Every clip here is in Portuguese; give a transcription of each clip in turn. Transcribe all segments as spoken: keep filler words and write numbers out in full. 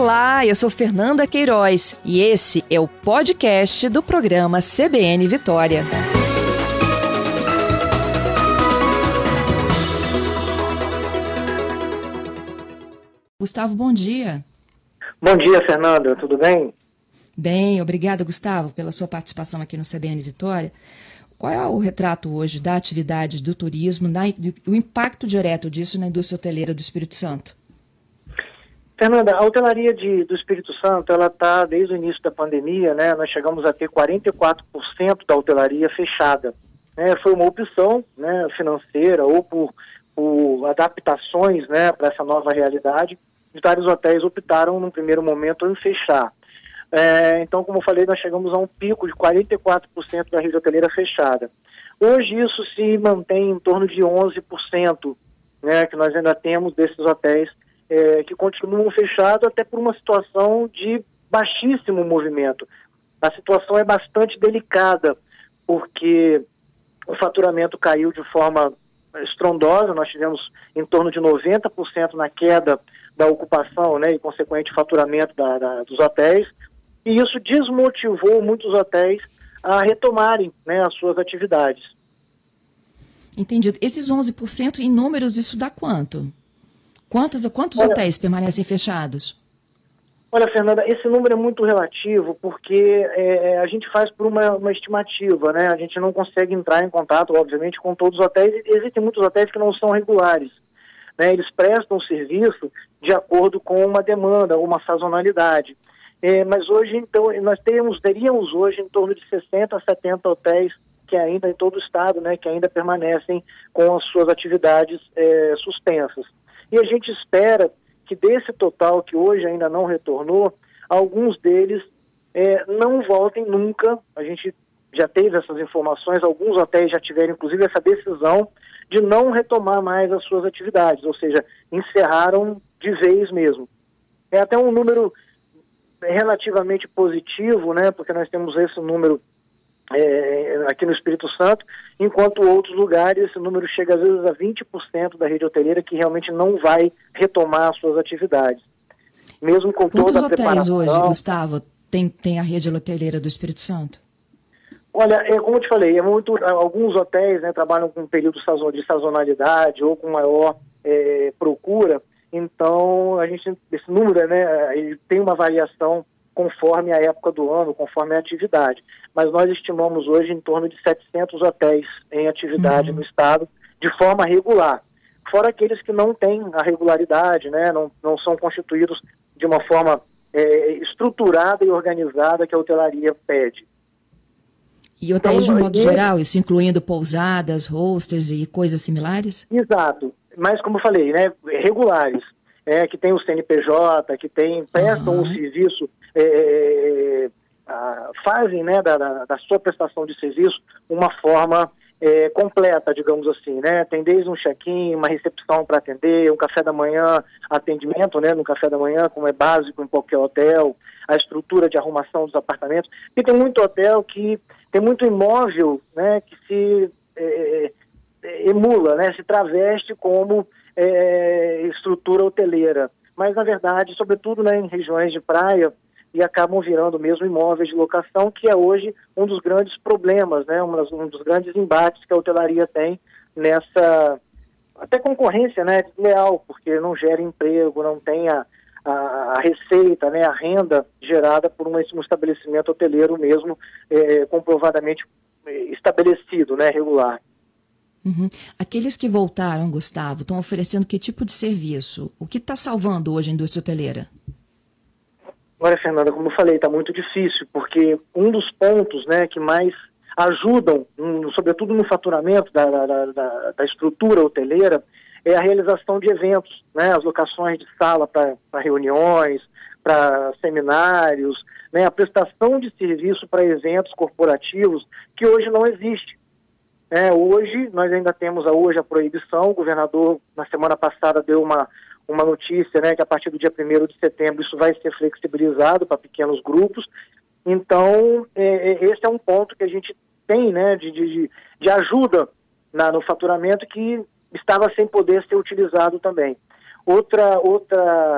Olá, eu sou Fernanda Queiroz e esse é o podcast do programa C B N Vitória. Gustavo, bom dia. Bom dia, Fernanda. Tudo bem? Bem, obrigada, Gustavo, pela sua participação aqui no C B N Vitória. Qual é o retrato hoje da atividade do turismo, na, o impacto direto disso na indústria hoteleira do Espírito Santo? Fernanda, a hotelaria de, do Espírito Santo, ela está desde o início da pandemia, né? Nós chegamos a ter quarenta e quatro por cento da hotelaria fechada. Né? Foi uma opção, né, financeira ou por, por adaptações, né, para essa nova realidade. Vários hotéis optaram, num primeiro momento, em fechar. É, então, como eu falei, nós chegamos a um pico de quarenta e quatro por cento da rede hoteleira fechada. Hoje isso se mantém em torno de onze por cento, né, que nós ainda temos desses hotéis é, que continuam fechados, até por uma situação de baixíssimo movimento. A situação é bastante delicada, porque o faturamento caiu de forma estrondosa. Nós tivemos em torno de noventa por cento na queda da ocupação, né, e consequente faturamento da, da, dos hotéis, e isso desmotivou muitos hotéis a retomarem, né, as suas atividades. Entendido. Esses onze por cento em números, isso dá quanto? Quantos, quantos olha, hotéis permanecem fechados? Olha, Fernanda, esse número é muito relativo, porque é, a gente faz por uma, uma estimativa, né? A gente não consegue entrar em contato, obviamente, com todos os hotéis. Existem muitos hotéis que não são regulares, né? Eles prestam o serviço de acordo com uma demanda, uma sazonalidade. É, mas hoje, então, nós temos, teríamos hoje em torno de sessenta a setenta hotéis que ainda, em todo o estado, né, que ainda permanecem com as suas atividades é, suspensas. E a gente espera que desse total que hoje ainda não retornou, alguns deles é, não voltem nunca. A gente já teve essas informações, alguns hotéis já tiveram, inclusive, essa decisão de não retomar mais as suas atividades, ou seja, encerraram de vez mesmo. É até um número relativamente positivo, né, porque nós temos esse número é, aqui no Espírito Santo, enquanto outros lugares esse número chega às vezes a vinte por cento da rede hoteleira que realmente não vai retomar as suas atividades. Mesmo com Quantos toda a preparação... hotéis hoje, Gustavo, tem, tem a rede hoteleira do Espírito Santo? Olha, é, como eu te falei, é muito, alguns hotéis, né, trabalham com um período de sazonalidade ou com maior é, procura. Então, a gente, esse número, né, ele tem uma variação conforme a época do ano, conforme a atividade. Mas nós estimamos hoje em torno de setecentos hotéis em atividade uhum. no estado, de forma regular. Fora aqueles que não têm a regularidade, né, não, não são constituídos de uma forma é, estruturada e organizada que a hotelaria pede. E hotéis então, de modo e... geral, isso incluindo pousadas, hostels e coisas similares? Exato. Mas, como eu falei, né, regulares, é, que tem o C N P J, que tem, prestam uhum. o serviço, é, é, a, fazem, né, da, da, da sua prestação de serviço uma forma é, completa, digamos assim, né? Tem desde um check-in, uma recepção para atender, um café da manhã, atendimento, né, no café da manhã, como é básico em qualquer hotel, a estrutura de arrumação dos apartamentos. E tem muito hotel que tem muito imóvel, né, que se... É, emula, né, se traveste como é, estrutura hoteleira, mas na verdade, sobretudo, né, em regiões de praia, e acabam virando mesmo imóveis de locação, que é hoje um dos grandes problemas, né, um, um dos grandes embates que a hotelaria tem nessa, até concorrência, né, desleal, porque não gera emprego, não tem a, a, a receita, né, a renda gerada por um, um estabelecimento hoteleiro mesmo, é, comprovadamente estabelecido, né, regular. Uhum. Aqueles que voltaram, Gustavo, estão oferecendo que tipo de serviço? O que está salvando hoje a indústria hoteleira? Olha, Fernanda, como eu falei, está muito difícil, porque um dos pontos, né, que mais ajudam, um, sobretudo no faturamento da, da, da, da estrutura hoteleira, é a realização de eventos, né, as locações de sala para reuniões, para seminários, né, a prestação de serviço para eventos corporativos, que hoje não existe. É, hoje, nós ainda temos a, hoje a proibição. O governador, na semana passada, deu uma, uma notícia, né, que a partir do dia primeiro de setembro isso vai ser flexibilizado para pequenos grupos. Então, é, esse é um ponto que a gente tem, né, de, de, de ajuda na, no faturamento, que estava sem poder ser utilizado também. Outra, outra,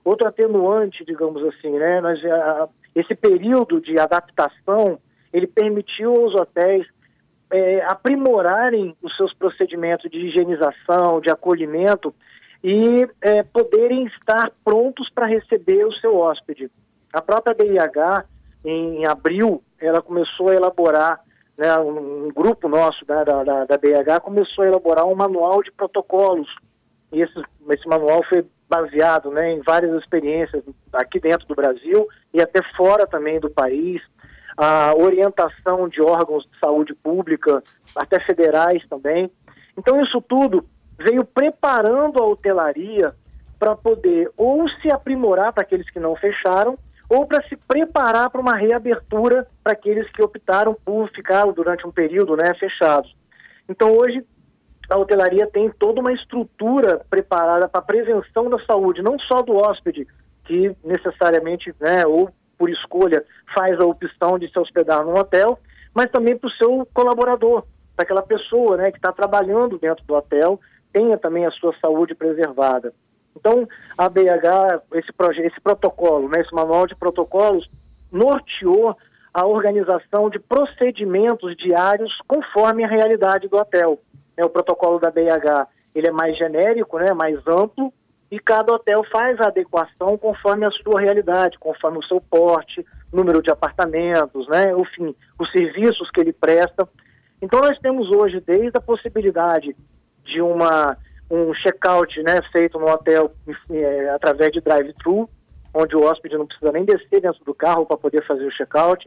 outro atenuante, digamos assim, né? Nós, a, esse período de adaptação, ele permitiu aos hotéis é, aprimorarem os seus procedimentos de higienização, de acolhimento e é, poderem estar prontos para receber o seu hóspede. A própria B I H, em abril, ela começou a elaborar, né, um, um grupo nosso da, da, da B I H começou a elaborar um manual de protocolos. E esse, esse manual foi baseado, né, em várias experiências aqui dentro do Brasil e até fora também do país, a orientação de órgãos de saúde pública, até federais também. Então isso tudo veio preparando a hotelaria para poder ou se aprimorar para aqueles que não fecharam, ou para se preparar para uma reabertura para aqueles que optaram por ficar durante um período, né, fechados. Então hoje a hotelaria tem toda uma estrutura preparada para a prevenção da saúde, não só do hóspede, que necessariamente, né, ou por escolha, faz a opção de se hospedar num hotel, mas também para o seu colaborador, para aquela pessoa, né, que está trabalhando dentro do hotel, tenha também a sua saúde preservada. Então, a B H, esse, projeto, esse protocolo, né, esse manual de protocolos, norteou a organização de procedimentos diários conforme a realidade do hotel. O protocolo da B H, ele é mais genérico, né, mais amplo, e cada hotel faz a adequação conforme a sua realidade, conforme o seu porte, número de apartamentos, né, enfim, os serviços que ele presta. Então nós temos hoje desde a possibilidade de uma, um check-out, né, feito no hotel é, através de drive-thru, onde o hóspede não precisa nem descer dentro do carro para poder fazer o check-out.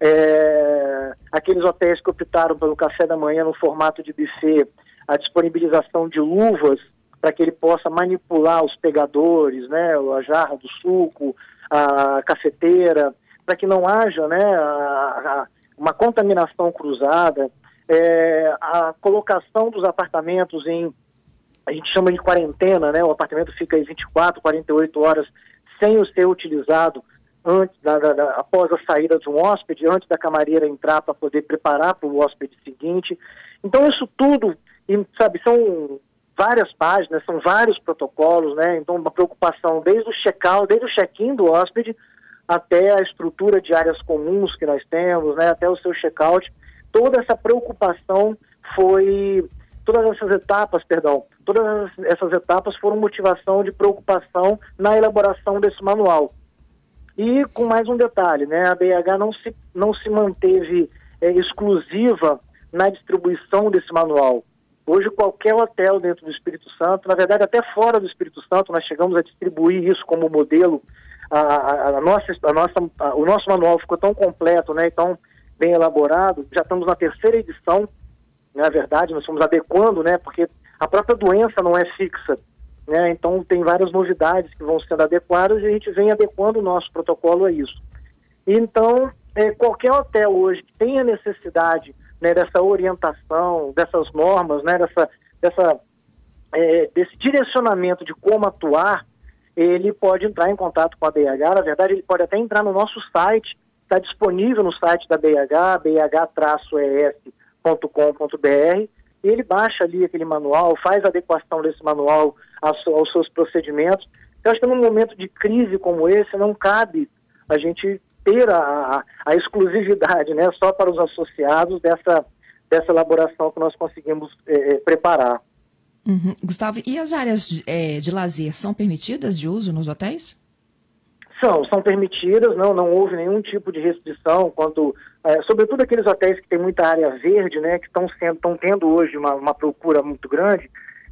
É, aqueles hotéis que optaram pelo café da manhã no formato de buffet, a disponibilização de luvas para que ele possa manipular os pegadores, né, a jarra do suco, a cafeteira, para que não haja, né, a, a, uma contaminação cruzada, é, a colocação dos apartamentos em, a gente chama de quarentena, né, o apartamento fica em vinte e quatro, quarenta e oito horas sem o ser utilizado antes da, da, da, após a saída de um hóspede, antes da camareira entrar para poder preparar para o hóspede seguinte. Então isso tudo, e, sabe, são várias páginas, são vários protocolos, né? Então uma preocupação desde o check-out, desde o check-in do hóspede até a estrutura de áreas comuns que nós temos, né? Até o seu check-out. Toda essa preocupação foi, todas essas etapas, perdão, todas essas etapas foram motivação de preocupação na elaboração desse manual. E com mais um detalhe, né, a B H não se, não se manteve é, exclusiva na distribuição desse manual. Hoje qualquer hotel dentro do Espírito Santo, na verdade até fora do Espírito Santo, nós chegamos a distribuir isso como modelo. A, a, a nossa, a nossa, a, o nosso manual ficou tão completo, né, tão bem elaborado, já estamos na terceira edição, na verdade, nós estamos adequando, né, porque a própria doença não é fixa. Né? Então tem várias novidades que vão sendo adequadas e a gente vem adequando o nosso protocolo a isso. Então, é, qualquer hotel hoje que tenha necessidade, né, dessa orientação, dessas normas, né, dessa, dessa, é, desse direcionamento de como atuar, ele pode entrar em contato com a B H. Na verdade, ele pode até entrar no nosso site, está disponível no site da B H, b h traço e s ponto com ponto b r, e ele baixa ali aquele manual, faz a adequação desse manual aos, aos seus procedimentos. Eu acho que num momento de crise como esse, não cabe a gente ter a, a, a exclusividade, né, só para os associados dessa, dessa elaboração que nós conseguimos é, preparar. Uhum. Gustavo, e as áreas de, é, de lazer são permitidas de uso nos hotéis? São, são permitidas, não, não houve nenhum tipo de restrição quanto, é, sobretudo aqueles hotéis que têm muita área verde, né, que estão sendo, estão tendo hoje uma, uma procura muito grande,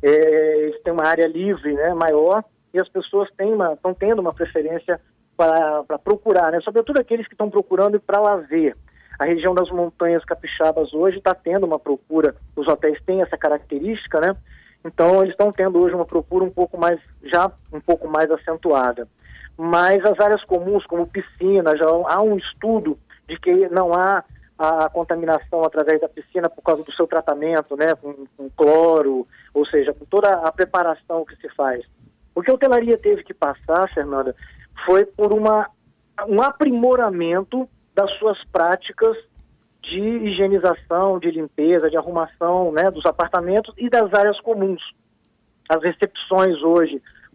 é, eles têm uma área livre, né, maior, e as pessoas têm uma, estão tendo uma preferência para procurar, né, sobretudo aqueles que estão procurando ir para lazer. A região das montanhas capixabas hoje está tendo uma procura, os hotéis têm essa característica, né, então eles estão tendo hoje uma procura um pouco mais, já um pouco mais acentuada. Mas as áreas comuns, como piscina, já há um estudo de que não há a contaminação através da piscina por causa do seu tratamento, né, com, com cloro, ou seja, com toda a preparação que se faz. O que a hotelaria teve que passar, Fernanda, foi por uma, um aprimoramento das suas práticas de higienização, de limpeza, de arrumação, né, dos apartamentos e das áreas comuns. As recepções hoje,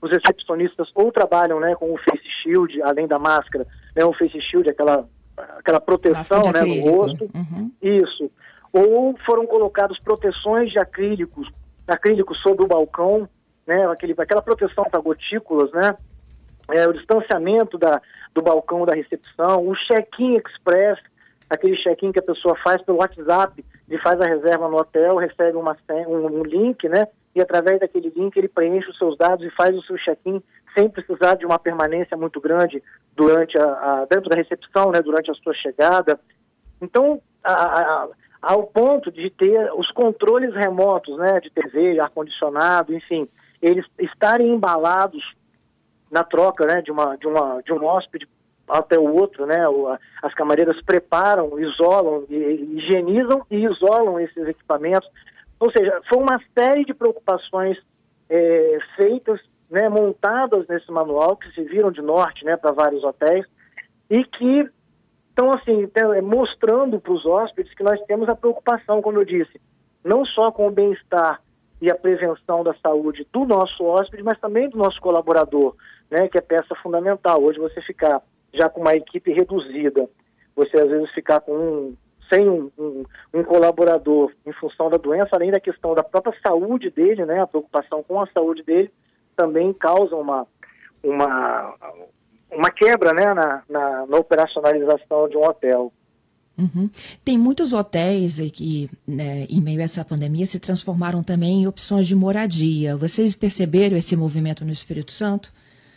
os recepcionistas ou trabalham, né, com o face shield, além da máscara, né, o face shield, aquela, aquela proteção, né, no rosto, uhum. Isso, ou foram colocados proteções de acrílicos, acrílicos sobre o balcão, né, aquele, aquela proteção para gotículas, né, é, o distanciamento da, do balcão da recepção, o check-in express, aquele check-in que a pessoa faz pelo WhatsApp, ele faz a reserva no hotel, recebe uma, um, um link, né, e através daquele link ele preenche os seus dados e faz o seu check-in sem precisar de uma permanência muito grande durante a, a, dentro da recepção, né, durante a sua chegada. Então, a, a, ao ponto de ter os controles remotos, né, de T V, ar-condicionado, enfim, eles estarem embalados na troca, né, de, uma, de, uma, de um hóspede até o outro, né, as camareiras preparam, isolam, higienizam e isolam esses equipamentos. Ou seja, foi uma série de preocupações é, feitas, né, montadas nesse manual, que se viram de norte, né, para vários hotéis, e que estão, assim, mostrando para os hóspedes que nós temos a preocupação, como eu disse, não só com o bem-estar e a prevenção da saúde do nosso hóspede, mas também do nosso colaborador, né, que é peça fundamental. Hoje você ficar já com uma equipe reduzida, você às vezes ficar com um, sem um, um, um colaborador em função da doença, além da questão da própria saúde dele, né, a preocupação com a saúde dele, também causa uma, uma, uma quebra, né, na, na, na operacionalização de um hotel. Uhum. Tem muitos hotéis que, né, em meio a essa pandemia, se transformaram também em opções de moradia. Vocês perceberam esse movimento no Espírito Santo?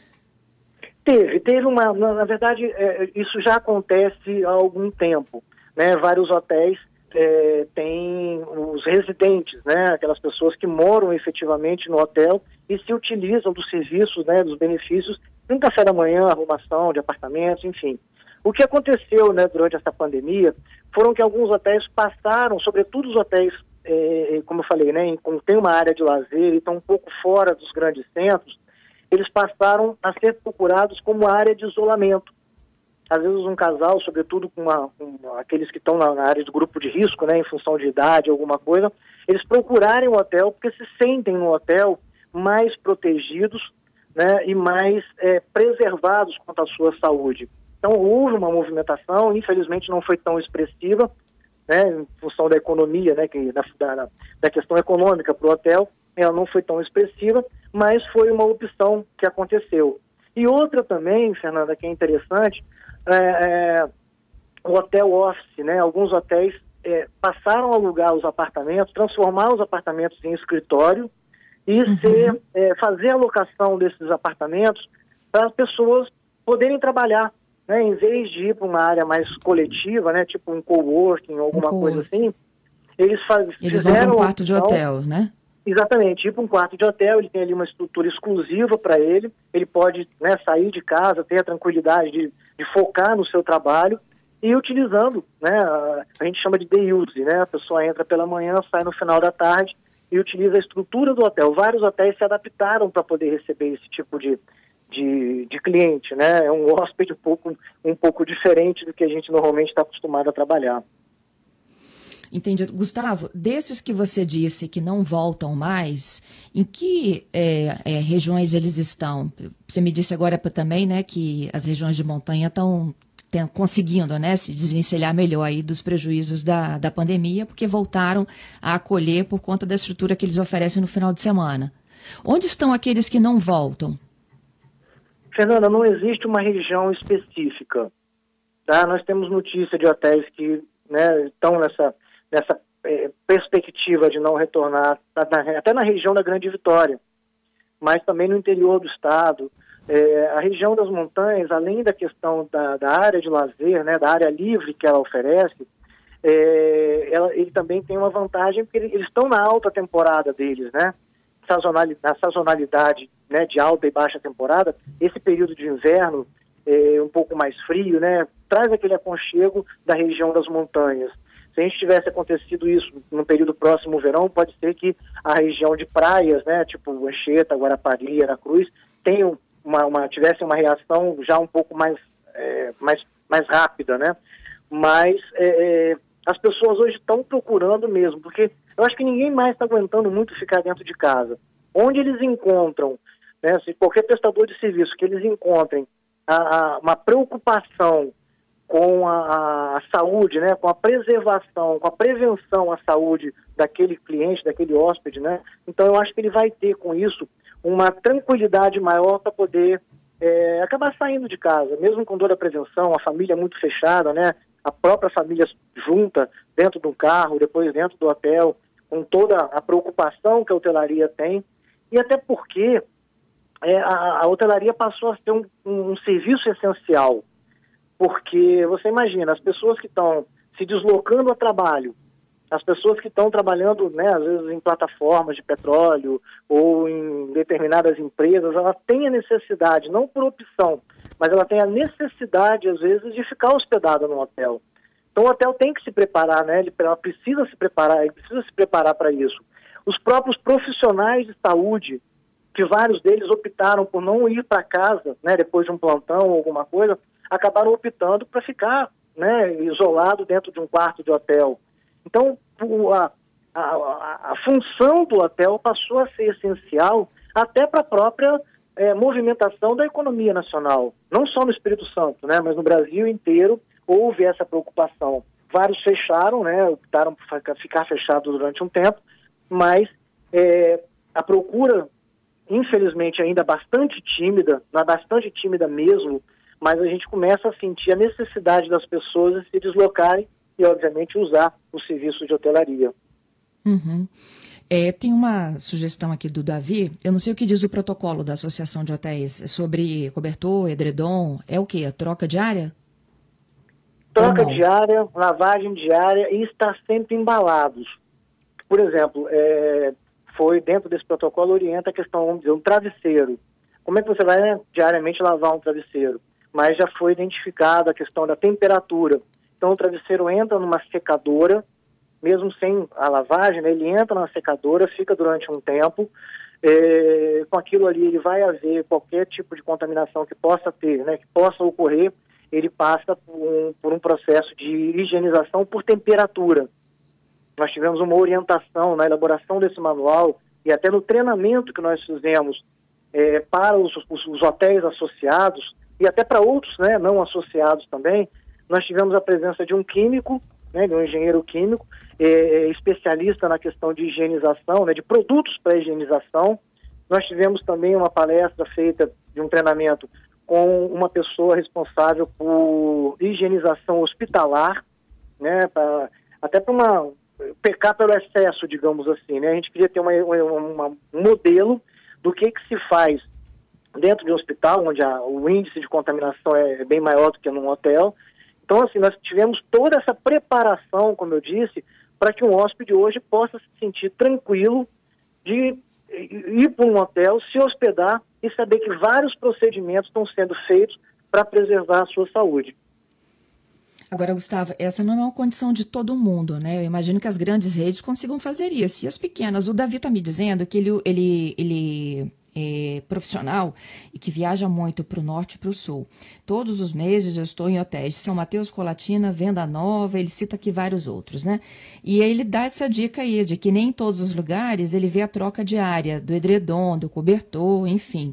Teve, teve uma, na, na verdade, é, isso já acontece há algum tempo, né? Vários hotéis é, têm os residentes, né? Aquelas pessoas que moram efetivamente no hotel e se utilizam dos serviços, né? Dos benefícios, um café da manhã, arrumação de apartamentos, enfim. O que aconteceu, né, durante essa pandemia foram que alguns hotéis passaram, sobretudo os hotéis, é, como eu falei, né, como tem uma área de lazer e estão um pouco fora dos grandes centros, eles passaram a ser procurados como área de isolamento. Às vezes um casal, sobretudo com, uma, com aqueles que estão na, na área do grupo de risco, né, em função de idade, alguma coisa, eles procurarem o hotel porque se sentem no hotel mais protegidos, né, e mais é, preservados quanto à sua saúde. Então houve uma movimentação, infelizmente não foi tão expressiva, né, em função da economia, né, que, da, da, da questão econômica para o hotel, ela não foi tão expressiva, mas foi uma opção que aconteceu. E outra também, Fernanda, que é interessante, é, é, o hotel office, né? Alguns hotéis é, passaram a alugar os apartamentos, transformar os apartamentos em escritório e uhum. ser, é, fazer a locação desses apartamentos para as pessoas poderem trabalhar, né? Em vez de ir para uma área mais coletiva, né? Tipo um coworking, alguma um coisa assim, eles, faz, eles fizeram... vão para um quarto de hotel, né? Exatamente, ir para um quarto de hotel, ele tem ali uma estrutura exclusiva para ele, ele pode, né, sair de casa, ter a tranquilidade de, de focar no seu trabalho e utilizando, né, a, a gente chama de day use, né, a pessoa entra pela manhã, sai no final da tarde e utiliza a estrutura do hotel. Vários hotéis se adaptaram para poder receber esse tipo de, de, de cliente, né, é um hóspede um pouco, um pouco diferente do que a gente normalmente está acostumado a trabalhar. Entendi. Gustavo, desses que você disse que não voltam mais, em que é, é, regiões eles estão? Você me disse agora também, né, que as regiões de montanha estão conseguindo, né, se desvencilhar melhor aí dos prejuízos da, da pandemia, porque voltaram a acolher por conta da estrutura que eles oferecem no final de semana. Onde estão aqueles que não voltam? Fernanda, não existe uma região específica. Tá? Nós temos notícia de hotéis que, né, estão nessa... nessa eh, perspectiva de não retornar, até na região da Grande Vitória, mas também no interior do estado. Eh, a região das montanhas, além da questão da, da área de lazer, né, da área livre que ela oferece, eh, ela, ele também tem uma vantagem, porque eles estão na alta temporada deles, né? Sazonalidade, na sazonalidade, né, de alta e baixa temporada, esse período de inverno, eh, um pouco mais frio, né, traz aquele aconchego da região das montanhas. Se a gente tivesse acontecido isso no período próximo ao verão, pode ser que a região de praias, né, tipo Anchieta, Guarapari, Aracruz, tenham uma, uma, tivesse uma reação já um pouco mais, é, mais, mais rápida, né? Mas é, as pessoas hoje estão procurando mesmo, porque eu acho que ninguém mais está aguentando muito ficar dentro de casa. Onde eles encontram, né, se qualquer prestador de serviço que eles encontrem a, a, uma preocupação com a, a saúde, né, com a preservação, com a prevenção à saúde daquele cliente, daquele hóspede, né, então eu acho que ele vai ter com isso uma tranquilidade maior para poder é, acabar saindo de casa, mesmo com toda a prevenção, a família muito fechada, né, a própria família junta dentro do carro, depois dentro do hotel, com toda a preocupação que a hotelaria tem, e até porque é, a, a hotelaria passou a ser um, um, um serviço essencial, porque você imagina, as pessoas que estão se deslocando a trabalho, as pessoas que estão trabalhando, né, às vezes em plataformas de petróleo ou em determinadas empresas, ela tem a necessidade, não por opção, mas ela tem a necessidade, às vezes, de ficar hospedada no hotel. Então o hotel tem que se preparar, né, ele, ela precisa se preparar, ele precisa se preparar para isso. Os próprios profissionais de saúde, que vários deles optaram por não ir para casa, né, depois de um plantão ou alguma coisa, acabaram optando para ficar, né, isolado dentro de um quarto de hotel. Então, a, a, a função do hotel passou a ser essencial até para a própria é, movimentação da economia nacional. Não só no Espírito Santo, né, mas no Brasil inteiro houve essa preocupação. Vários fecharam, né, optaram por ficar fechados durante um tempo, mas é, a procura, infelizmente, ainda bastante tímida, bastante tímida mesmo, mas a gente começa a sentir a necessidade das pessoas de se deslocarem e, obviamente, usar o serviço de hotelaria. Uhum. É, tem uma sugestão aqui do Davi, eu não sei o que diz o protocolo da Associação de Hotéis, sobre cobertor, edredom, é o quê? A troca diária? Troca diária, lavagem diária e estar sempre embalados. Por exemplo, é, foi dentro desse protocolo, orienta a questão, vamos dizer, um travesseiro. Como é que você vai, né, diariamente lavar um travesseiro? Mas já foi identificada a questão da temperatura. Então o travesseiro entra numa secadora, mesmo sem a lavagem, né, ele entra na secadora, fica durante um tempo, é, com aquilo ali ele vai haver qualquer tipo de contaminação que possa ter, né, que possa ocorrer, ele passa por um, por um processo de higienização por temperatura. Nós tivemos uma orientação na elaboração desse manual e até no treinamento que nós fizemos é, para os, os, os hotéis associados e até para outros, né, não associados também. Nós tivemos a presença de um químico, né, de um engenheiro químico, é, especialista na questão de higienização, né, de produtos para higienização. Nós tivemos também uma palestra feita de um treinamento com uma pessoa responsável por higienização hospitalar, né, pra, até para uma pecar pelo excesso, digamos assim, né? A gente queria ter uma, uma, um modelo do que, que se faz dentro de um hospital, onde a, o índice de contaminação é bem maior do que num hotel. Então, assim, nós tivemos toda essa preparação, como eu disse, para que um hóspede hoje possa se sentir tranquilo de ir para um hotel, se hospedar e saber que vários procedimentos estão sendo feitos para preservar a sua saúde. Agora, Gustavo, essa não é uma condição de todo mundo, né? Eu imagino que as grandes redes consigam fazer isso. E as pequenas? O Davi está me dizendo que ele, ele, ele é profissional e que viaja muito para o norte e para o sul. Todos os meses eu estou em hotéis de São Mateus, Colatina, Venda Nova, ele cita aqui vários outros, né? E aí ele dá essa dica aí de que nem em todos os lugares ele vê a troca diária do edredom, do cobertor, enfim.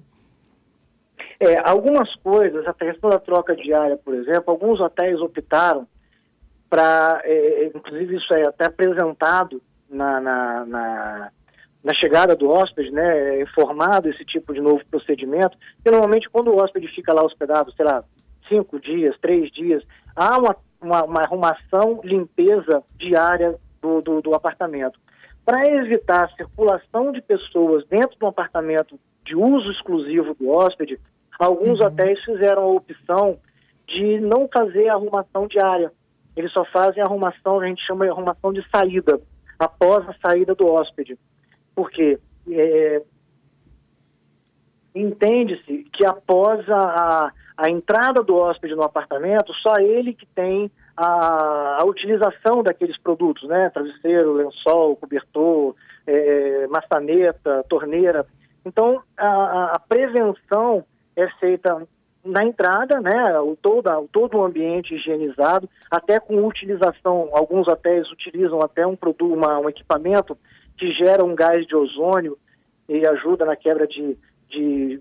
É, algumas coisas, a questão da troca diária, por exemplo, alguns hotéis optaram para, é, inclusive isso é até apresentado na, na, na, na chegada do hóspede, né, é informado esse tipo de novo procedimento, e normalmente quando o hóspede fica lá hospedado, sei lá, cinco dias, três dias, há uma, uma, uma arrumação, limpeza diária do, do, do apartamento. Para evitar a circulação de pessoas dentro do apartamento de uso exclusivo do hóspede, alguns uhum. hotéis fizeram a opção de não fazer a arrumação diária. Eles só fazem a arrumação, a gente chama de arrumação de saída, após a saída do hóspede. Por quê? É, entende-se que após a, a, a entrada do hóspede no apartamento, só ele que tem a, a utilização daqueles produtos, né? Travesseiro, lençol, cobertor, é, maçaneta, torneira. Então, a, a prevenção é feita na entrada, né, o todo, o todo o ambiente higienizado, até com utilização, alguns hotéis utilizam até um produto, uma, um equipamento que gera um gás de ozônio e ajuda na quebra de, de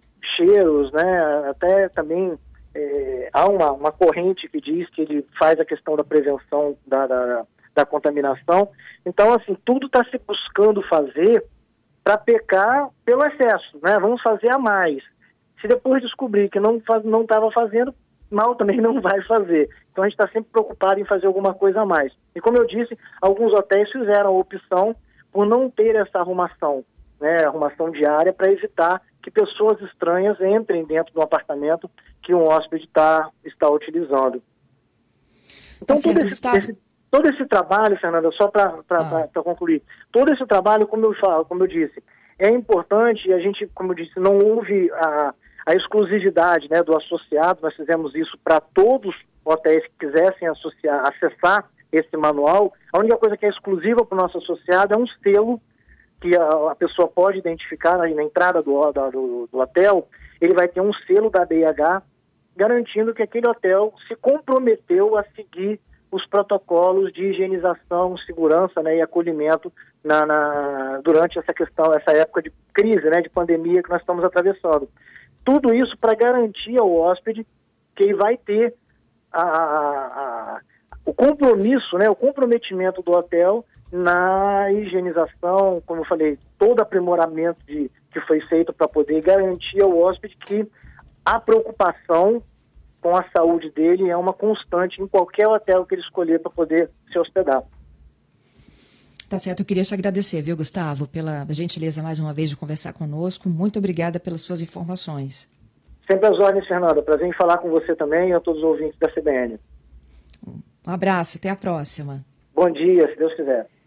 exageros, né? Até também é, há uma, uma corrente que diz que ele faz a questão da prevenção da, da, da contaminação. Então, assim, tudo está se buscando fazer para pecar pelo excesso, né? Vamos fazer a mais. Se depois descobrir que não faz, não estava fazendo, mal também não vai fazer. Então a gente está sempre preocupado em fazer alguma coisa a mais. E como eu disse, alguns hotéis fizeram a opção por não ter essa arrumação, né, arrumação diária, para evitar que pessoas estranhas entrem dentro do apartamento que um hóspede tá, está utilizando. Então todo esse, esse, todo esse trabalho, Fernanda, só para ah. concluir, todo esse trabalho, como eu falo, como eu disse, é importante, e a gente, como eu disse, não houve a a exclusividade, né, do associado. Nós fizemos isso para todos os hotéis que quisessem associar, acessar esse manual. A única coisa que é exclusiva para o nosso associado é um selo que a, a pessoa pode identificar na, na entrada do, da, do, do hotel. Ele vai ter um selo da B I H garantindo que aquele hotel se comprometeu a seguir os protocolos de higienização, segurança, né, e acolhimento na, na, durante essa questão, essa época de crise, né, de pandemia que nós estamos atravessando. Tudo isso para garantir ao hóspede que ele vai ter a, a, o compromisso, né, o comprometimento do hotel na higienização, como eu falei, todo aprimoramento de, que foi feito para poder garantir ao hóspede que a preocupação com a saúde dele é uma constante em qualquer hotel que ele escolher para poder se hospedar. Tá certo, eu queria te agradecer, viu, Gustavo, pela gentileza mais uma vez de conversar conosco. Muito obrigada pelas suas informações. Sempre às ordens, Fernanda. Prazer em falar com você também e a todos os ouvintes da C B N. Um abraço, até a próxima. Bom dia, se Deus quiser.